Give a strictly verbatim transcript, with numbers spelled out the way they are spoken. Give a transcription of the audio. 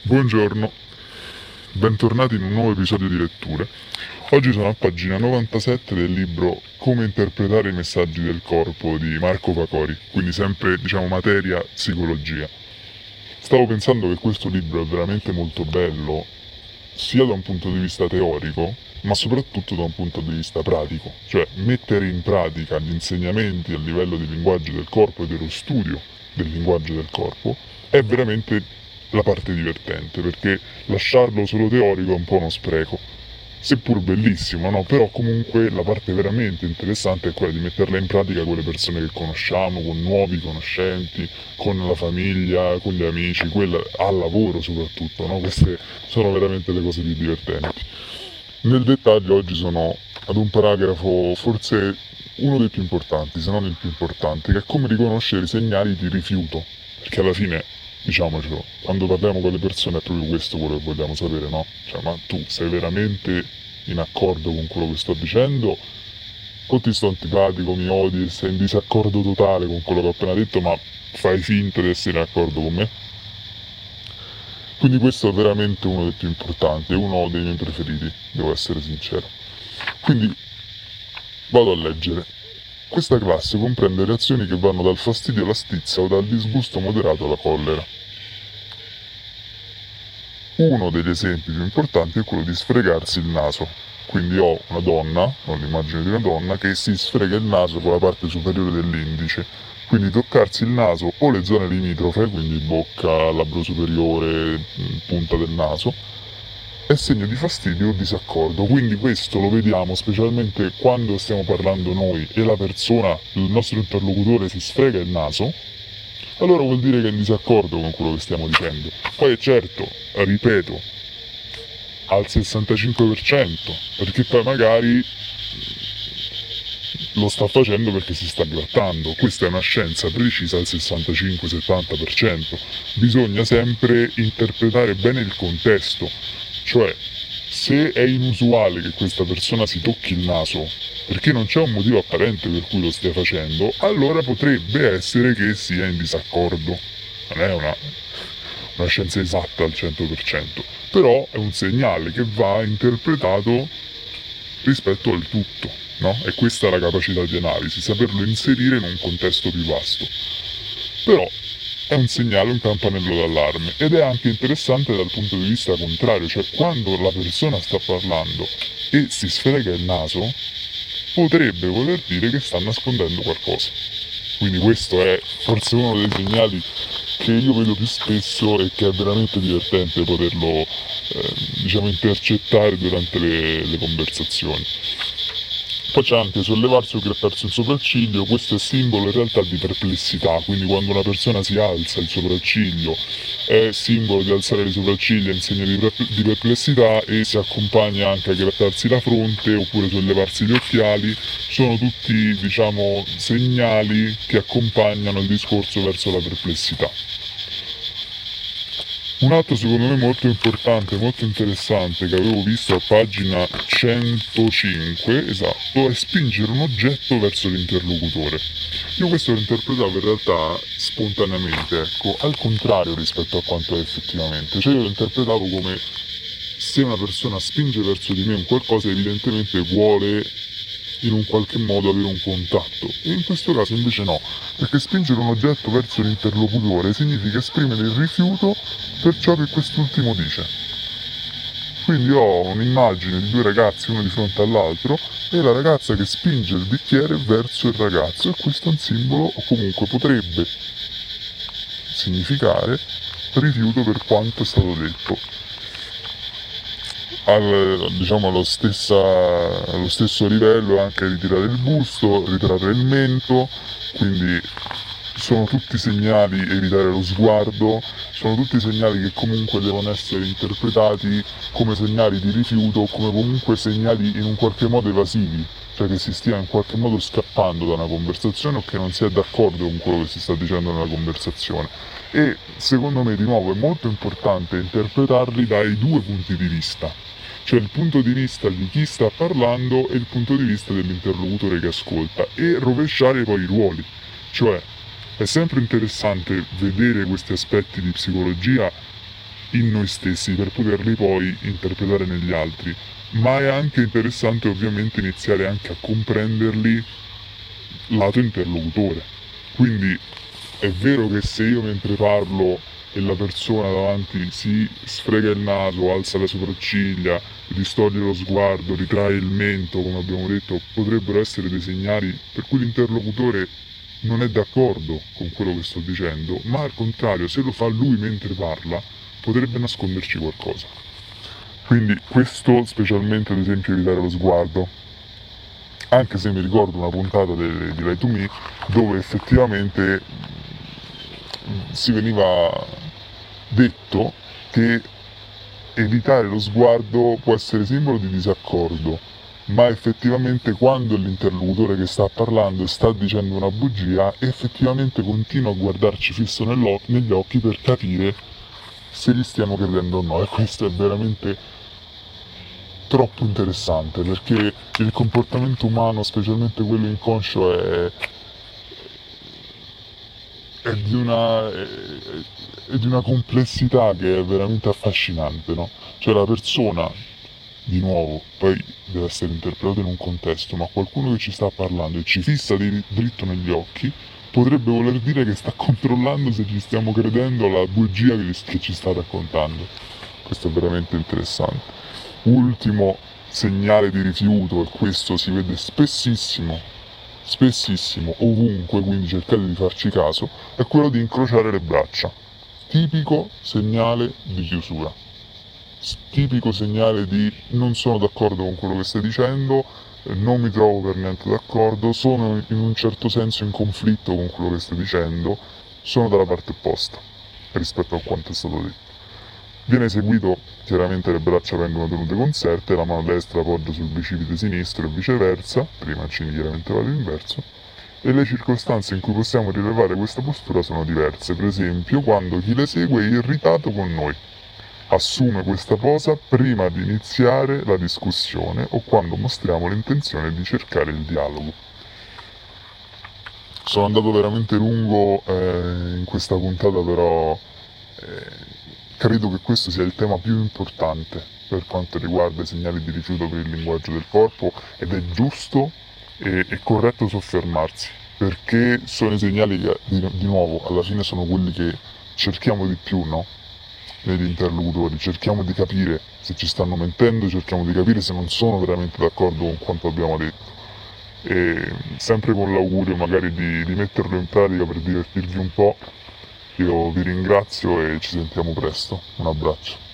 Buongiorno, bentornati in un nuovo episodio di letture. Oggi sono a pagina novantasette del libro Come interpretare i messaggi del corpo di Marco Pacori, quindi sempre, diciamo, materia psicologia. Stavo pensando che questo libro è veramente molto bello, sia da un punto di vista teorico, ma soprattutto da un punto di vista pratico, cioè mettere in pratica gli insegnamenti a livello di linguaggio del corpo e dello studio del linguaggio del corpo è veramente la parte divertente, perché lasciarlo solo teorico è un po' uno spreco, seppur bellissimo, no? Però comunque la parte veramente interessante è quella di metterla in pratica con le persone che conosciamo, con nuovi conoscenti, con la famiglia, con gli amici, quella al lavoro soprattutto, no? Queste sono veramente le cose più divertenti. Nel dettaglio oggi sono ad un paragrafo forse uno dei più importanti, se non il più importante, che è come riconoscere i segnali di rifiuto, perché alla fine, diciamocelo, quando parliamo con le persone è proprio questo quello che vogliamo sapere, no? Cioè, ma tu sei veramente in accordo con quello che sto dicendo? O ti sto antipatico, mi odi, sei in disaccordo totale con quello che ho appena detto, ma fai finta di essere in accordo con me? Quindi questo è veramente uno dei più importanti, è uno dei miei preferiti, devo essere sincero. Quindi vado a leggere. Questa classe comprende reazioni che vanno dal fastidio alla stizza o dal disgusto moderato alla collera. Uno degli esempi più importanti è quello di sfregarsi il naso. Quindi ho una donna, ho l'immagine di una donna, che si sfrega il naso con la parte superiore dell'indice. Quindi toccarsi il naso o le zone limitrofe, quindi bocca, labbro superiore, punta del naso, è segno di fastidio o disaccordo. Quindi questo lo vediamo specialmente quando stiamo parlando noi e la persona, il nostro interlocutore, si sfrega il naso, allora vuol dire che è in disaccordo con quello che stiamo dicendo. Poi certo, ripeto, al sessantacinque per cento, perché poi magari lo sta facendo perché si sta grattando. Questa è una scienza precisa al sessantacinque settanta per cento. Bisogna sempre interpretare bene il contesto, cioè se è inusuale che questa persona si tocchi il naso perché non c'è un motivo apparente per cui lo stia facendo, allora potrebbe essere che sia in disaccordo. Non è una, una scienza esatta al cento per cento, però è un segnale che va interpretato rispetto al tutto, no? E questa è la capacità di analisi, saperlo inserire in un contesto più vasto. Però è un segnale, un campanello d'allarme, ed è anche interessante dal punto di vista contrario, cioè quando la persona sta parlando e si sfrega il naso, potrebbe voler dire che sta nascondendo qualcosa. Quindi questo è forse uno dei segnali che io vedo più spesso e che è veramente divertente poterlo eh, diciamo intercettare durante le, le conversazioni. Poi c'è anche sollevarsi o grattarsi il sopracciglio. Questo è simbolo in realtà di perplessità, quindi quando una persona si alza il sopracciglio è simbolo di alzare le sopracciglia in segno di, pre- di perplessità, e si accompagna anche a grattarsi la fronte oppure sollevarsi gli occhiali. Sono tutti, diciamo, segnali che accompagnano il discorso verso la perplessità. Un altro secondo me molto importante, molto interessante, che avevo visto a pagina centocinque, esatto, è spingere un oggetto verso l'interlocutore. Io questo lo interpretavo in realtà spontaneamente, ecco, al contrario rispetto a quanto è effettivamente. Cioè io lo interpretavo come se una persona spinge verso di me un qualcosa, evidentemente vuole in un qualche modo avere un contatto, e in questo caso invece no, perché spingere un oggetto verso l'interlocutore significa esprimere il rifiuto per ciò che quest'ultimo dice. Quindi ho un'immagine di due ragazzi uno di fronte all'altro e la ragazza che spinge il bicchiere verso il ragazzo, e questo è un simbolo, o comunque potrebbe significare rifiuto per quanto è stato detto. Al, diciamo allo, stessa, allo stesso livello anche ritirare il busto, ritrarre il mento, quindi sono tutti segnali, evitare lo sguardo, sono tutti segnali che comunque devono essere interpretati come segnali di rifiuto o come comunque segnali in un qualche modo evasivi, cioè che si stia in qualche modo scappando da una conversazione o che non si è d'accordo con quello che si sta dicendo nella conversazione. E secondo me di nuovo è molto importante interpretarli dai due punti di vista, cioè il punto di vista di chi sta parlando e il punto di vista dell'interlocutore che ascolta, e rovesciare poi i ruoli. Cioè è sempre interessante vedere questi aspetti di psicologia in noi stessi per poterli poi interpretare negli altri, ma è anche interessante ovviamente iniziare anche a comprenderli lato interlocutore. Quindi è vero che se io mentre parlo e la persona davanti si sfrega il naso, alza le sopracciglia, distoglie lo sguardo, ritrae il mento, come abbiamo detto, potrebbero essere dei segnali per cui l'interlocutore non è d'accordo con quello che sto dicendo, ma al contrario, se lo fa lui mentre parla, potrebbe nasconderci qualcosa. Quindi questo, specialmente ad esempio evitare lo sguardo, anche se mi ricordo una puntata di, di Lie to Me dove effettivamente si veniva detto che evitare lo sguardo può essere simbolo di disaccordo, ma effettivamente quando l'interlocutore che sta parlando sta dicendo una bugia, effettivamente continua a guardarci fisso negli occhi per capire se gli stiamo credendo o no, e questo è veramente troppo interessante, perché il comportamento umano, specialmente quello inconscio, è, è, di, una, è, è di una complessità che è veramente affascinante, no? Cioè la persona, di nuovo, poi deve essere interpretato in un contesto, ma qualcuno che ci sta parlando e ci fissa di dritto negli occhi, potrebbe voler dire che sta controllando se ci stiamo credendo alla bugia che, che ci sta raccontando. Questo è veramente interessante. Ultimo segnale di rifiuto, e questo si vede spessissimo, spessissimo, ovunque, quindi cercate di farci caso, è quello di incrociare le braccia. Tipico segnale di chiusura. Tipico segnale di non sono d'accordo con quello che stai dicendo, non mi trovo per niente d'accordo, sono in un certo senso in conflitto con quello che stai dicendo, sono dalla parte opposta rispetto a quanto è stato detto. Viene eseguito, chiaramente le braccia vengono tenute conserte, la mano destra poggia sul bicipite sinistro e viceversa, per i mancini chiaramente va all'inverso, e le circostanze in cui possiamo rilevare questa postura sono diverse, per esempio quando chi le segue è irritato con noi, assume questa posa prima di iniziare la discussione o quando mostriamo l'intenzione di cercare il dialogo. Sono andato veramente lungo eh, in questa puntata, però eh, credo che questo sia il tema più importante per quanto riguarda i segnali di rifiuto per il linguaggio del corpo, ed è giusto e, e corretto soffermarsi, perché sono i segnali che, di, di nuovo, alla fine sono quelli che cerchiamo di più, no? Negli interlocutori, cerchiamo di capire se ci stanno mentendo, cerchiamo di capire se non sono veramente d'accordo con quanto abbiamo detto, e sempre con l'augurio magari di, di metterlo in pratica per divertirvi un po'. Io vi ringrazio e ci sentiamo presto, un abbraccio.